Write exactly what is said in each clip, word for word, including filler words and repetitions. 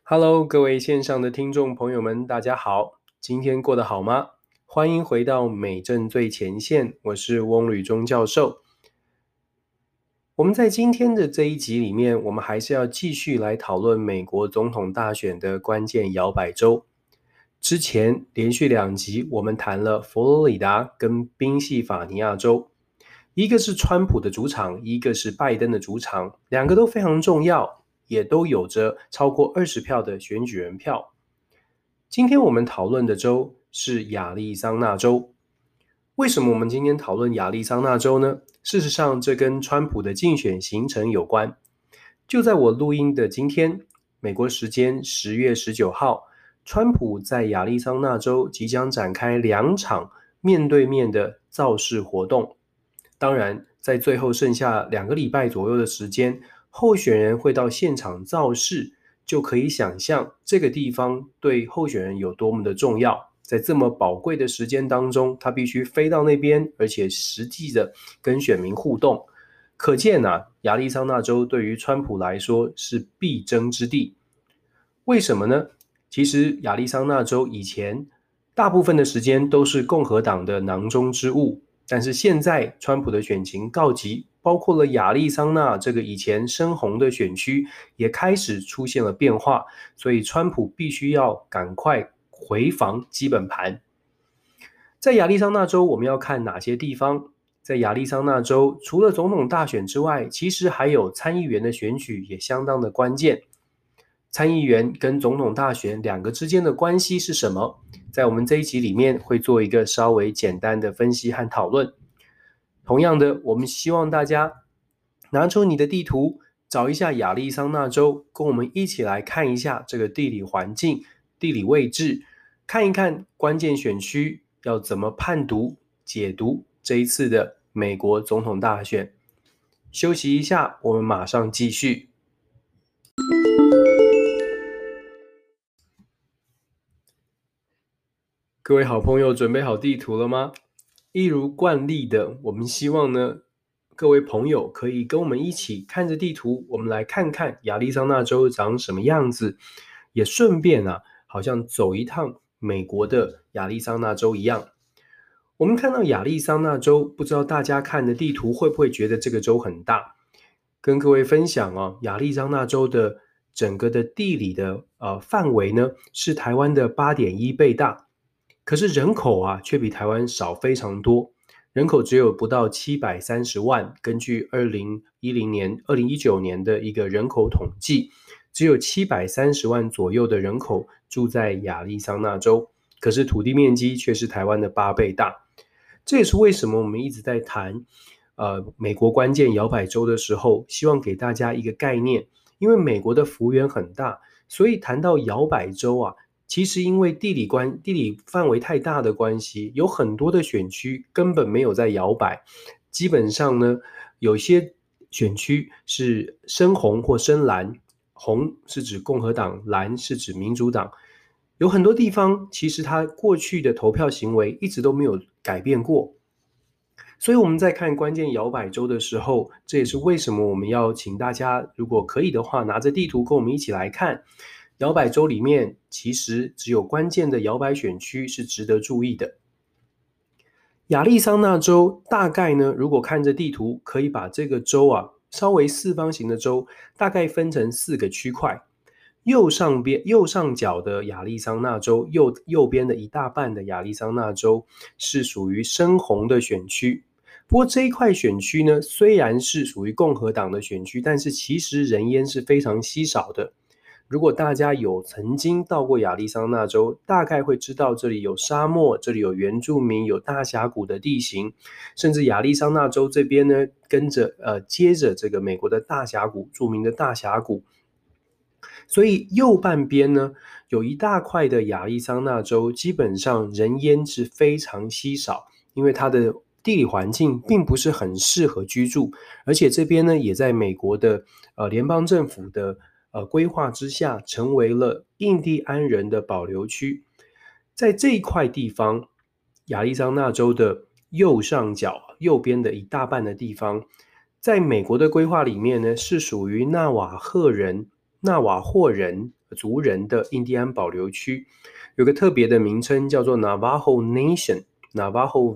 Hello，各位线上的听众朋友们，大家好，今天过得好吗？欢迎回到美政最前线，我是翁履中教授。我们在今天的这一集里面，我们还是要继续来讨论美国总统大选的关键摇摆州。之前连续两集我们谈了佛罗里达跟宾夕法尼亚州，一个是川普的主场，一个是拜登的主场，两个都非常重要，也都有着超过二十票的选举人票。今天我们讨论的州是亚利桑那州。为什么我们今天讨论亚利桑那州呢？事实上，这跟川普的竞选行程有关。就在我录音的今天，美国时间十月十九号，川普在亚利桑那州即将展开两场面对面的造势活动。当然，在最后剩下两个礼拜左右的时间，候选人会到现场造势，就可以想象这个地方对候选人有多么的重要。在这么宝贵的时间当中，他必须飞到那边，而且实际的跟选民互动。可见啊，亚利桑那州对于川普来说是必争之地。为什么呢？其实亚利桑那州以前大部分的时间都是共和党的囊中之物，但是现在川普的选情告急，包括了亚利桑那这个以前深红的选区也开始出现了变化，所以川普必须要赶快回防基本盘。在亚利桑那州我们要看哪些地方？在亚利桑那州除了总统大选之外，其实还有参议员的选举也相当的关键。参议员跟总统大选两个之间的关系是什么？在我们这一集里面会做一个稍微简单的分析和讨论。同样的，我们希望大家拿出你的地图，找一下亚利桑那州，跟我们一起来看一下这个地理环境、地理位置，看一看关键选区要怎么判读、解读这一次的美国总统大选。休息一下，我们马上继续。各位好朋友，准备好地图了吗？一如惯例的，我们希望呢，各位朋友可以跟我们一起看着地图，我们来看看亚利桑那州长什么样子，也顺便啊，好像走一趟美国的亚利桑那州一样。我们看到亚利桑那州，不知道大家看的地图会不会觉得这个州很大？跟各位分享哦，亚利桑那州的整个的地理的呃范围呢，是台湾的 八点一 倍大。可是人口啊，却比台湾少非常多，人口只有不到七百三十万。根据二零一零年、二零一九年的一个人口统计，只有七百三十万左右的人口住在亚利桑那州，可是土地面积却是台湾的八倍大。这也是为什么我们一直在谈呃美国关键摇摆州的时候，希望给大家一个概念，因为美国的幅员很大，所以谈到摇摆州啊。其实因为地理关地理范围太大的关系，有很多的选区根本没有在摇摆。基本上呢，有些选区是深红或深蓝，红是指共和党，蓝是指民主党。有很多地方其实它过去的投票行为一直都没有改变过。所以我们在看关键摇摆州的时候，这也是为什么我们要请大家如果可以的话，拿着地图跟我们一起来看。摇摆州里面其实只有关键的摇摆选区是值得注意的。亚利桑那州大概呢，如果看着地图，可以把这个州啊，稍微四方形的州，大概分成四个区块。右上边右上角的亚利桑那州，右右边的一大半的亚利桑那州是属于深红的选区。不过这一块选区呢，虽然是属于共和党的选区，但是其实人烟是非常稀少的。如果大家有曾经到过亚利桑那州，大概会知道这里有沙漠，这里有原住民，有大峡谷的地形，甚至亚利桑那州这边呢，跟着呃接着这个美国的大峡谷，著名的大峡谷。所以右半边呢，有一大块的亚利桑那州，基本上人烟是非常稀少，因为它的地理环境并不是很适合居住，而且这边呢，也在美国的呃联邦政府的呃，规划之下，成为了印第安人的保留区。在这一块地方，亚利桑那州的右上角右边的一大半的地方，在美国的规划里面呢，是属于纳瓦赫人、纳瓦霍人族人的印第安保留区，有个特别的名称叫做 Navajo Nation。Navajo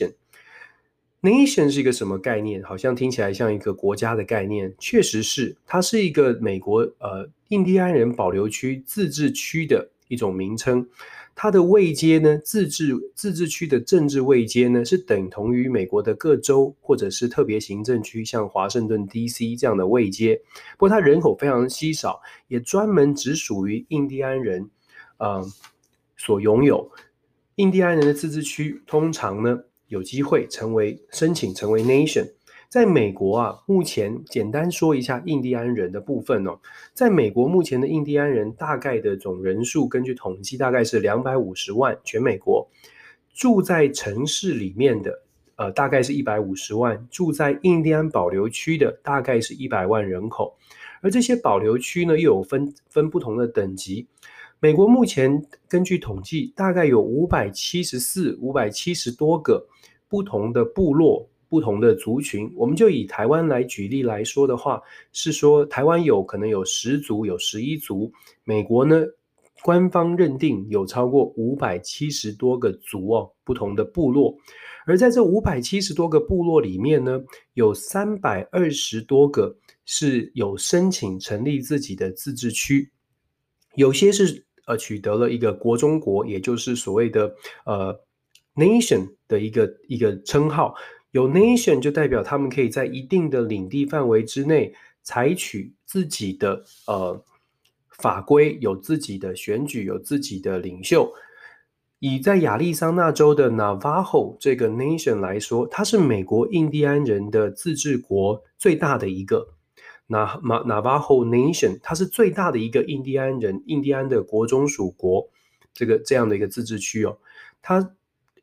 Nation。Nation 是一个什么概念？好像听起来像一个国家的概念，确实是，它是一个美国呃印第安人保留区自治区的一种名称。它的位阶呢，自治自治区的政治位阶呢，是等同于美国的各州或者是特别行政区，像华盛顿 D C 这样的位阶。不过它人口非常稀少，也专门只属于印第安人呃所拥有。印第安人的自治区通常呢有机会成为申请成为 nation。在美国啊，目前简单说一下印第安人的部分哦。在美国目前的印第安人大概的总人数，根据统计大概是两百五十万，全美国住在城市里面的呃大概是一百五十万，住在印第安保留区的大概是一百万人口。而这些保留区呢又有分分不同的等级。美国目前根据统计大概有五百七十四、五百七十多个不同的部落、不同的族群。我们就以台湾来举例来说的话，是说台湾有可能有十族、有十一族，美国呢官方认定有超过五百七十多个族哦，不同的部落。而在这五百七十多个部落里面呢，有三百二十多个是有申请成立自己的自治区，有些是呃取得了一个国中国，也就是所谓的呃 nation 的一个一个称号。有 nation 就代表他们可以在一定的领地范围之内采取自己的呃法规，有自己的选举，有自己的领袖。以在亚利桑那州的 Navajo 这个 nation 来说，它是美国印第安人的自治国最大的一个。Navajo Nation 它是最大的一个印第安人印第安的国中属国，这个这样的一个自治区哦。它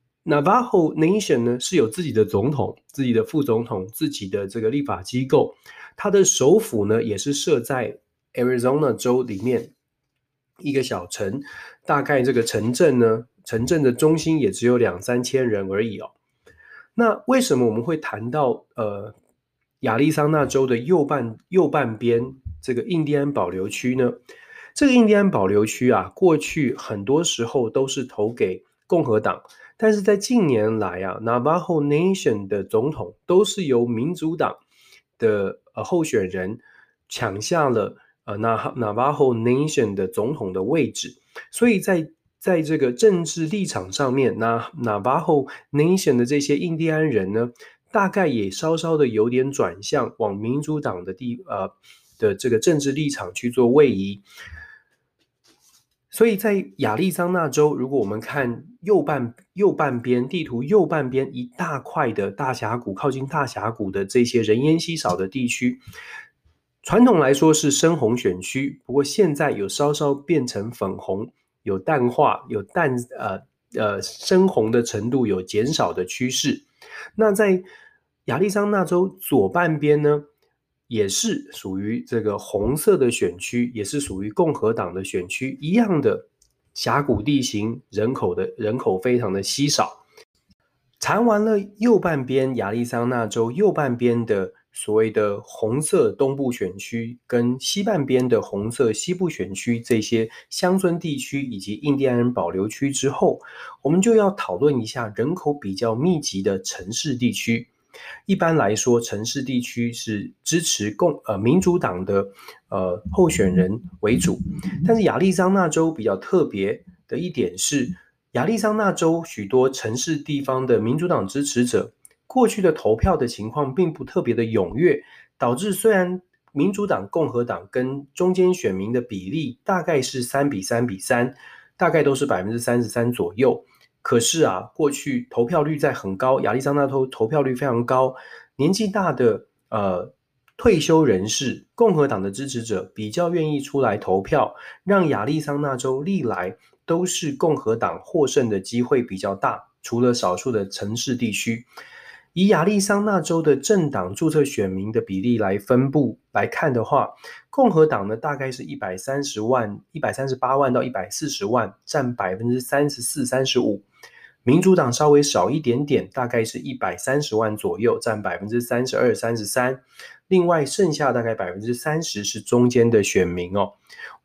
Navajo Nation 呢是有自己的总统、自己的副总统、自己的这个立法机构。它的首府呢也是设在 Arizona 州里面一个小城，大概这个城镇呢，城镇的中心也只有两三千人而已哦。那为什么我们会谈到呃亚利桑那州的右半右半边这个印第安保留区呢？这个印第安保留区啊，过去很多时候都是投给共和党，但是在近年来啊 Navajo Nation 的总统都是由民主党的、呃、候选人抢下了呃 Navajo Nation 的总统的位置，所以在在这个政治立场上面，那 Navajo Nation 的这些印第安人呢，大概也稍稍的有点转向往民主党的地呃的这个政治立场去做位移。所以在亚利桑那州，如果我们看右半右半边地图右半边一大块的大峡谷，靠近大峡谷的这些人烟稀少的地区，传统来说是深红选区，不过现在有稍稍变成粉红，有淡化，有淡呃呃深红的程度有减少的趋势。那在亚利桑那州左半边呢，也是属于这个红色的选区，也是属于共和党的选区，一样的峡谷地形，人口的人口非常的稀少。谈完了右半边亚利桑那州右半边的所谓的红色东部选区跟西半边的红色西部选区这些乡村地区以及印第安人保留区之后，我们就要讨论一下人口比较密集的城市地区。一般来说，城市地区是支持共呃民主党的呃候选人为主，但是亚利桑那州比较特别的一点是，亚利桑那州许多城市地方的民主党支持者，过去的投票的情况并不特别的踊跃，导致虽然民主党、共和党跟中间选民的比例大概是三比三比三，大概都是百分之三十三左右。可是啊，过去投票率在很高，亚利桑那州投票率非常高，年纪大的呃退休人士、共和党的支持者比较愿意出来投票，让亚利桑那州历来都是共和党获胜的机会比较大，除了少数的城市地区。以亚利桑那州的政党注册选民的比例来分布来看的话，共和党呢大概是一百三十万、一百三十八万到一百四十万，占百分之三十四、三十五。民主党稍微少一点点，大概是一百三十万左右，占百分之三十二、三十三。另外剩下大概百分之三十是中间的选民哦。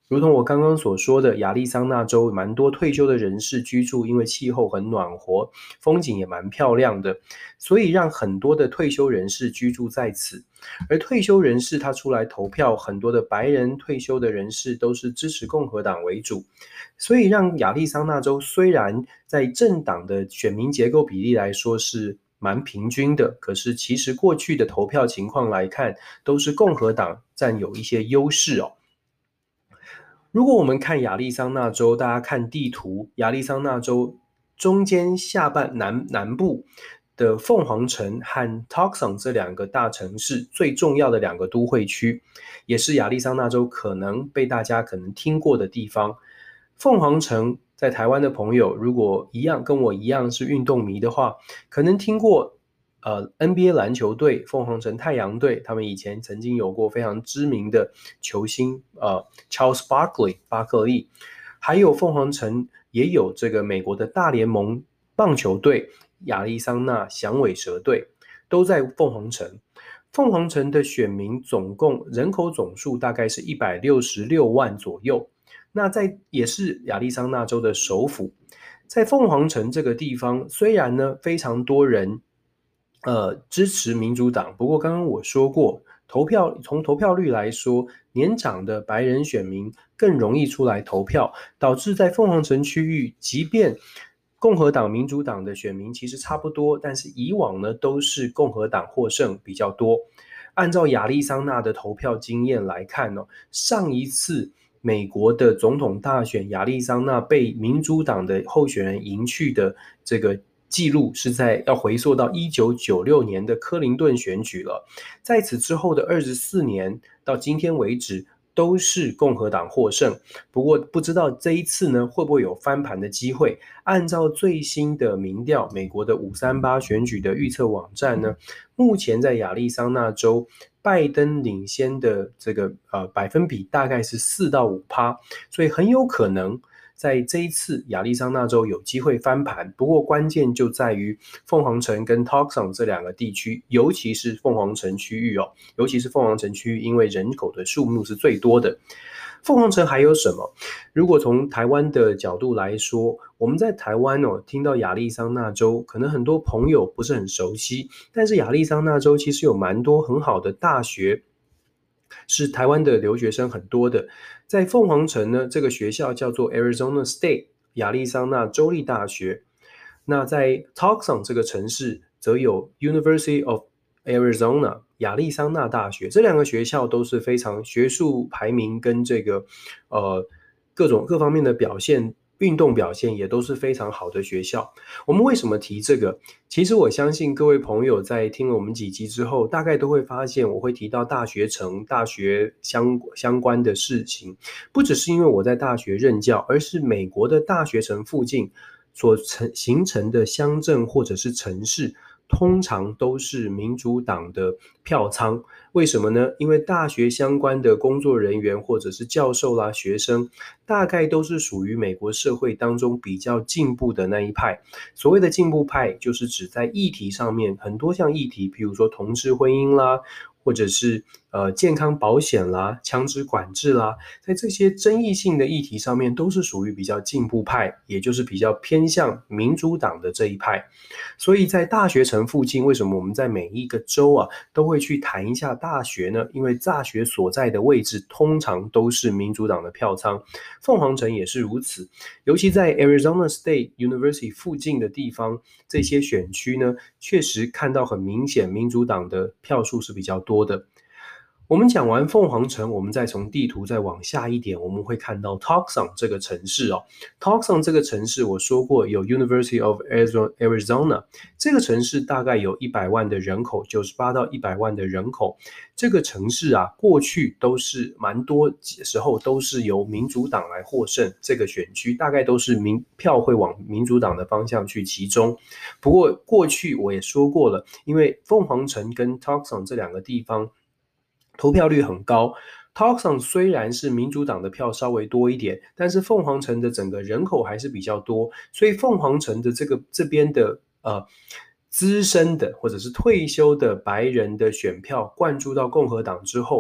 如同我刚刚所说的，亚利桑那州蛮多退休的人士居住，因为气候很暖和，风景也蛮漂亮的，所以让很多的退休人士居住在此。而退休人士他出来投票，很多的白人退休的人士都是支持共和党为主，所以让亚利桑那州虽然在政党的选民结构比例来说是蛮平均的，可是其实过去的投票情况来看，都是共和党占有一些优势哦。如果我们看亚利桑那州，大家看地图，亚利桑那州中间下半南南部的凤凰城和 Tucson 这两个大城市最重要的两个都会区，也是亚利桑那州可能被大家可能听过的地方。凤凰城在台湾的朋友，如果一样跟我一样是运动迷的话，可能听过呃 N B A 篮球队凤凰城太阳队，他们以前曾经有过非常知名的球星呃 Charles Barkley 巴克利，还有凤凰城也有这个美国的大联盟棒球队亚利桑那响尾蛇队，都在凤凰城。凤凰城的选民总共人口总数大概是一百六十六万左右，那在也是亚利桑那州的首府。在凤凰城这个地方，虽然呢非常多人呃，支持民主党，不过刚刚我说过，投票从投票率来说，年长的白人选民更容易出来投票，导致在凤凰城区域，即便共和党、民主党的选民其实差不多，但是以往呢都是共和党获胜比较多。按照亚利桑那的投票经验来看呢，上一次美国的总统大选，亚利桑那被民主党的候选人赢去的这个记录是在要回溯到一九九六年的克林顿选举了，在此之后的二十四年到今天为止都是共和党获胜，不过不知道这一次呢会不会有翻盘的机会。按照最新的民调，美国的五三八选举的预测网站呢，目前在亚利桑那州拜登领先的这个呃百分比大概是四到五趴，所以很有可能在这一次亚利桑那州有机会翻盘，不过关键就在于凤凰城跟 Tucson 这两个地区，尤其是凤凰城区域哦，尤其是凤凰城区域，因为人口的数目是最多的。凤凰城还有什么？如果从台湾的角度来说，我们在台湾哦，听到亚利桑那州，可能很多朋友不是很熟悉，但是亚利桑那州其实有蛮多很好的大学，是台湾的留学生很多的。在凤凰城呢，这个学校叫做 Arizona State 亚利桑那州立大学。那在 Tucson 这个城市则有 University of Arizona 亚利桑那大学，这两个学校都是非常学术排名跟这个呃各种各方面的表现，运动表现也都是非常好的学校。我们为什么提这个？其实我相信各位朋友在听了我们几集之后，大概都会发现我会提到大学城、大学相相关的事情，不只是因为我在大学任教，而是美国的大学城附近所成形成的乡镇或者是城市，通常都是民主党的票仓。为什么呢？因为大学相关的工作人员或者是教授啦、学生，大概都是属于美国社会当中比较进步的那一派。所谓的进步派，就是指在议题上面，很多项议题，比如说同志婚姻啦，或者是呃健康保险啦、枪支管制啦，在这些争议性的议题上面，都是属于比较进步派，也就是比较偏向民主党的这一派。所以在大学城附近，为什么我们在每一个州啊都会去谈一下大学呢？因为大学所在的位置通常都是民主党的票仓，凤凰城也是如此。尤其在 Arizona State University 附近的地方，这些选区呢，确实看到很明显民主党的票数是比较多的。我们讲完凤凰城，我们再从地图再往下一点，我们会看到 Tucson 这个城市哦。Tucson 这个城市我说过有 University of Arizona， 这个城市大概有一百万的人口，九十八到一百万的人口。这个城市啊，过去都是蛮多时候都是由民主党来获胜，这个选区大概都是民票会往民主党的方向去集中。不过过去我也说过了，因为凤凰城跟 Tucson 这两个地方投票率很高， Tucson 虽然是民主党的票稍微多一点，但是凤凰城的整个人口还是比较多，所以凤凰城的这个这边的呃资深的或者是退休的白人的选票灌注到共和党之后，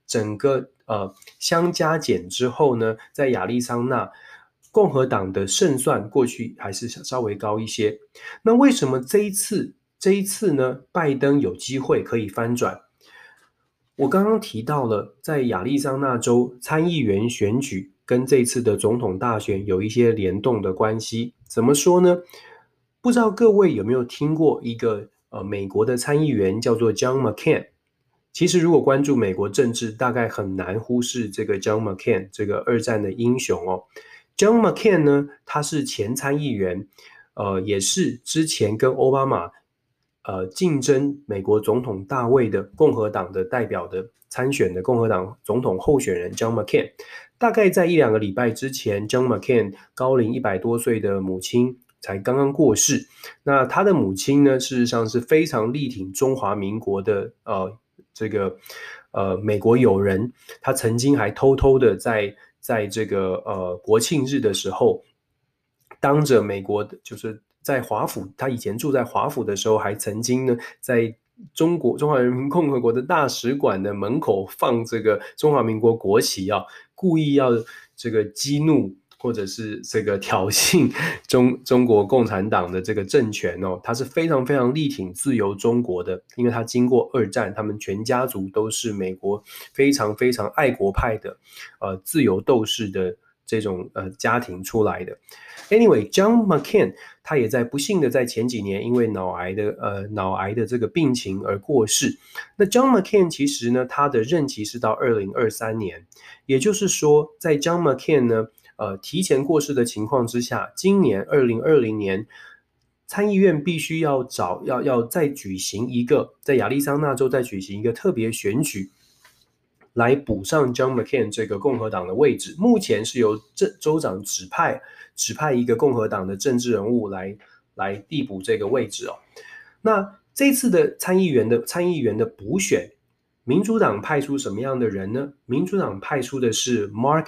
整个呃相加减之后呢，在亚利桑那共和党的胜算过去还是稍微高一些。那为什么这一次这一次呢，拜登有机会可以翻转？我刚刚提到了，在亚利桑那州参议员选举跟这次的总统大选有一些联动的关系。怎么说呢？不知道各位有没有听过一个呃美国的参议员叫做 John McCain。其实如果关注美国政治，大概很难忽视这个 John McCain 这个二战的英雄哦。John McCain 呢，他是前参议员，呃，也是之前跟奥巴马呃竞争美国总统大位的共和党的代表的参选的共和党总统候选人 John McCain。大概在一两个礼拜之前 ，John McCain 高龄一百多岁的母亲才刚刚过世。那他的母亲呢，事实上是非常力挺中华民国的呃这个呃美国友人。他曾经还偷偷的在在这个呃国庆日的时候，当着美国的就是在华府，他以前住在华府的时候，还曾经呢在中国中华人民共和国的大使馆的门口放这个中华民国国旗啊，故意要这个激怒或者是这个挑衅中中国共产党的这个政权哦。他是非常非常力挺自由中国的，因为他经过二战，他们全家族都是美国非常非常爱国派的呃自由斗士的这种呃家庭出来的。Anyway, John McCain 他也在不幸的在前几年因为脑癌的呃脑癌的这个病情而过世。那 John McCain 其实呢，他的任期是到二零二三年，也就是说，在 John McCain 呢呃提前过世的情况之下，今年二零二零年参议院必须要找要要再举行一个在亚利桑那州再举行一个特别选举，来补上 John McCain 这个共和党的位置。目前是由州长指派指派一个共和党的政治人物来来递补这个位置哦。那这次的参议员的参议员的补选，民主党派出什么样的人呢？民主党派出的是 Mark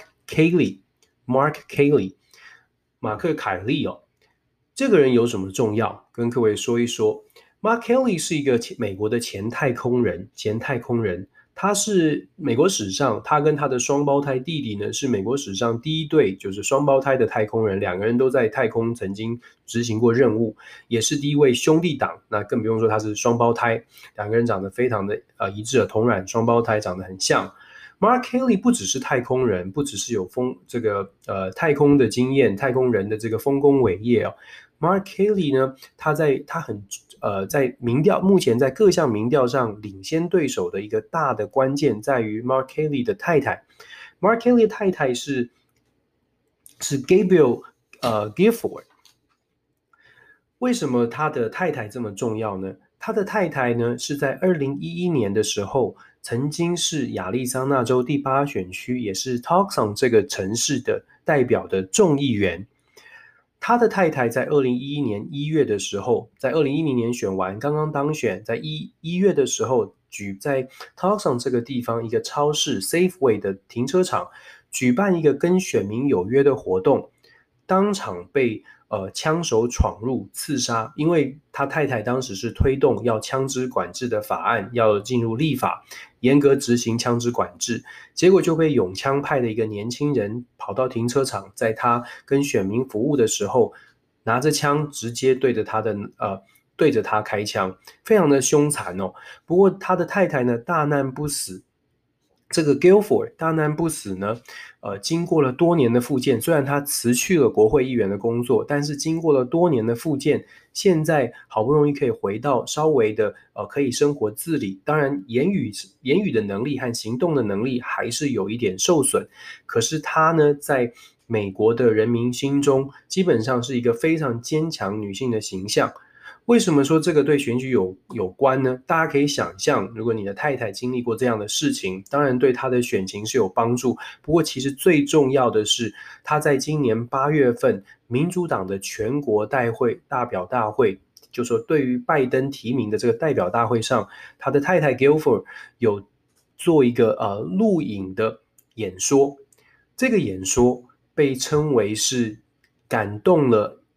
Kelly，Mark Kelly， 马克凯利哦。这个人有什么重要？跟各位说一说。Mark Kelly 是一个美国的前太空人，前太空人。他是美国史上，他跟他的双胞胎弟弟呢，是美国史上第一对就是双胞胎的太空人，两个人都在太空曾经执行过任务，也是第一位兄弟党。那更不用说他是双胞胎，两个人长得非常的呃一致的同卵双胞胎，长得很像。Mark Kelly 不只是太空人，不只是有丰这个呃太空的经验，太空人的这个丰功伟业哦。Mark Kelly 呢，他在他很呃在民调目前在各项民调上领先对手的一个大的关键在于 Mark Kelly 的太太。Mark Kelly 的太太是是 Gabrielle 呃 Giffords。为什么他的太太这么重要呢？他的太太呢是在二零一一年的时候，曾经是亚利桑那州第八选区，也是 Tucson 这个城市的代表的众议员。他的太太在二零一一年一月的时候，在二零一零年选完，刚刚当选，在一一月的时候举在 Tucson 这个地方一个超市 Safeway 的停车场举办一个跟选民有约的活动，当场被呃枪手闯入刺杀。因为他太太当时是推动要枪支管制的法案，要进入立法，严格执行枪支管制，结果就被拥枪派的一个年轻人跑到停车场，在他跟选民服务的时候，拿着枪直接对着他的呃对着他开枪，非常的凶残哦。不过他的太太呢，大难不死。这个 Giffords 大难不死呢，呃，经过了多年的复健，虽然他辞去了国会议员的工作，但是经过了多年的复健，现在好不容易可以回到稍微的呃可以生活自理。当然言语言语的能力和行动的能力还是有一点受损，可是他呢，在美国的人民心中基本上是一个非常坚强女性的形象。为什么说这个对选举有有关呢？大家可以想象，如果你的太太经历过这样的事情，当然对她的选情是有帮助。不过其实最重要的是，她在今年八月份民主党的全国代会大表大会，就说对于拜登提名的这个代表大会上，他的太太 Giffords 有做一个呃录影的演说。这个演说被称为是感动了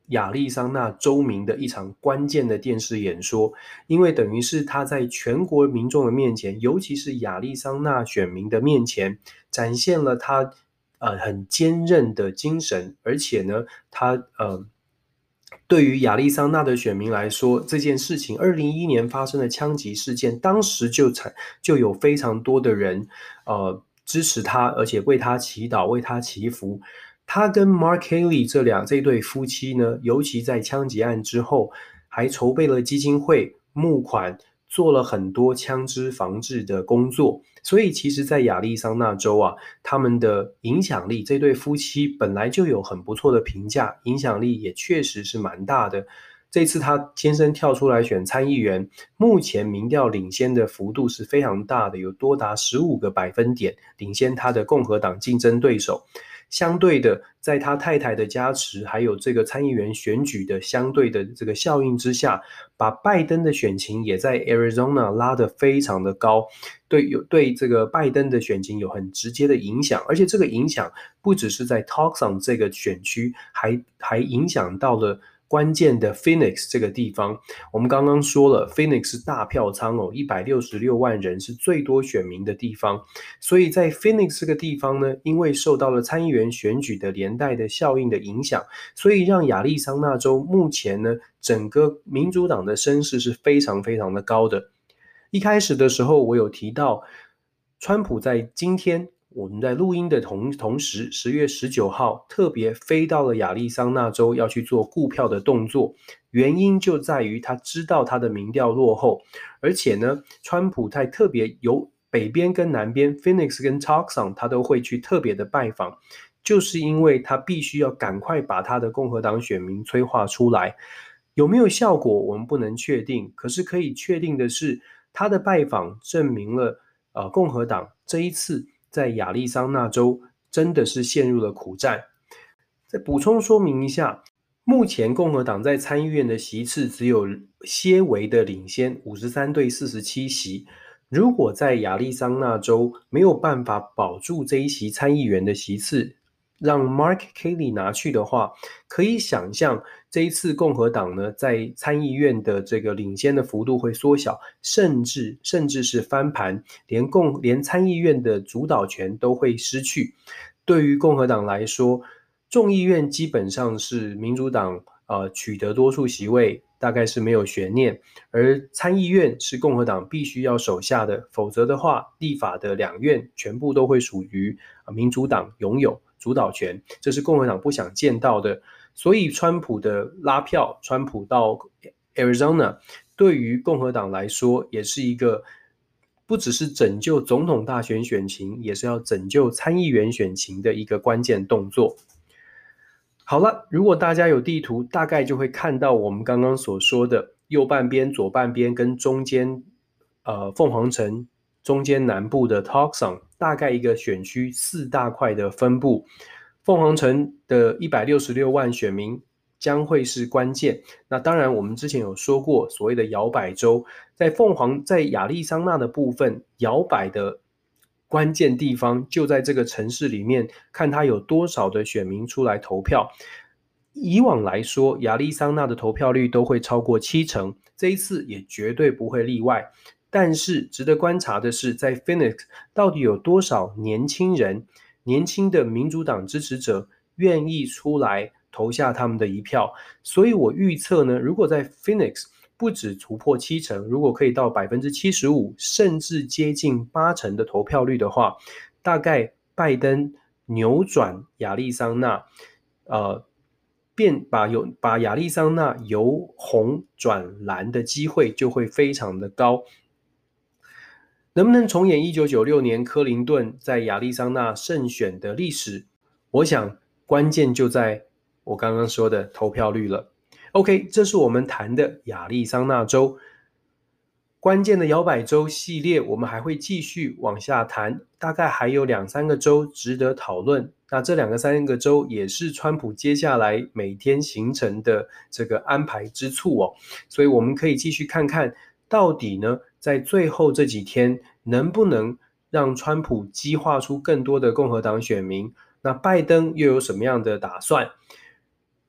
亚利桑那州民的一场关键的电视演说，因为等于是他在全国民众的面前，尤其是亚利桑那选民的面前，展现了他呃很坚韧的精神，而且呢，他呃。对于亚利桑那的选民来说，这件事情二零一一年发生的枪击事件，当时就产就有非常多的人呃支持他，而且为他祈祷，为他祈福。他跟 Mark Haley 这两这对夫妻呢，尤其在枪击案之后，还筹备了基金会募款，做了很多枪支防治的工作。所以其实在亚利桑那州啊，他们的影响力，这对夫妻本来就有很不错的评价，影响力也确实是蛮大的。这次他先生跳出来选参议员，目前民调领先的幅度是非常大的，有多达十五个百分点，领先他的共和党竞争对手。相对的，在他太太的加持，还有这个参议员选举的相对的这个效应之下，把拜登的选情也在 Arizona 拉得非常的高，对有对这个拜登的选情有很直接的影响，而且这个影响不只是在 Tucson 这个选区，还还影响到了关键的 Phoenix 这个地方。我们刚刚说了 Phoenix 是大票仓哦，一百六十六万人是最多选民的地方，所以在 Phoenix 这个地方呢，因为受到了参议员选举的连带的效应的影响，所以让亚利桑那州目前呢，整个民主党的声势是非常非常的高的。一开始的时候我有提到，川普在今天我们在录音的同同时，十月十九号特别飞到了亚利桑那州要去做顾票的动作，原因就在于他知道他的民调落后，而且呢，川普在特别由北边跟南边 Phoenix 跟 Tucson 他都会去特别的拜访，就是因为他必须要赶快把他的共和党选民催化出来。有没有效果我们不能确定，可是可以确定的是，他的拜访证明了呃，共和党这一次在亚利桑那州真的是陷入了苦战。再补充说明一下，目前共和党在参议院的席次只有些微的领先，五十三对四十七席。如果在亚利桑那州没有办法保住这一席参议员的席次，让 Mark Haley 拿去的话，可以想象这一次共和党呢在参议院的这个领先的幅度会缩小，甚至甚至是翻盘，连共连参议院的主导权都会失去。对于共和党来说，众议院基本上是民主党呃取得多数席位，大概是没有悬念，而参议院是共和党必须要守下的，否则的话，立法的两院全部都会属于民主党拥有主导权，这是共和党不想见到的。所以川普的拉票，川普到 Arizona 对于共和党来说也是一个不只是拯救总统大选选情，也是要拯救参议员选情的一个关键动作。好了，如果大家有地图，大概就会看到我们刚刚所说的右半边、左半边跟中间呃凤凰城中间南部的 Tucson， 大概一个选区四大块的分布。凤凰城的一百六十六万选民将会是关键。那当然我们之前有说过所谓的摇摆州，在凤凰在亚利桑那的部分，摇摆的关键地方就在这个城市里面，看他有多少的选民出来投票。以往来说，亚利桑那的投票率都会超过七成，这一次也绝对不会例外。但是值得观察的是，在 Phoenix 到底有多少年轻人、年轻的民主党支持者愿意出来投下他们的一票。所以我预测呢，如果在 Phoenix 不止突破七成，如果可以到 百分之七十五 甚至接近八成的投票率的话，大概拜登扭转亚利桑那呃变把有把亚利桑那由红转蓝的机会就会非常的高。能不能重演一九九六年柯林顿在亚利桑那胜选的历史？我想关键就在我刚刚说的投票率了。OK， 这是我们谈的亚利桑那州。关键的摇摆州系列我们还会继续往下谈，大概还有两三个州值得讨论。那这两个三个州也是川普接下来每天行程的这个安排之处哦，所以我们可以继续看看到底呢，在最后这几天能不能让川普激化出更多的共和党选民，那拜登又有什么样的打算？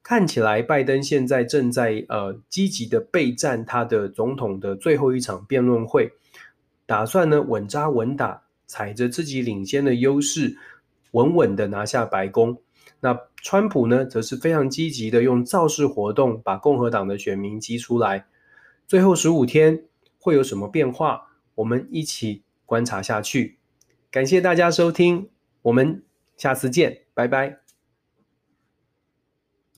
看起来拜登现在正在呃积极的备战他的总统的最后一场辩论会，打算呢稳扎稳打，踩着自己领先的优势，稳稳的拿下白宫。那川普呢，则是非常积极的用造势活动把共和党的选民激出来。最后十五天会有什么变化？我们一起观察下去。感谢大家收听，我们下次见，拜拜。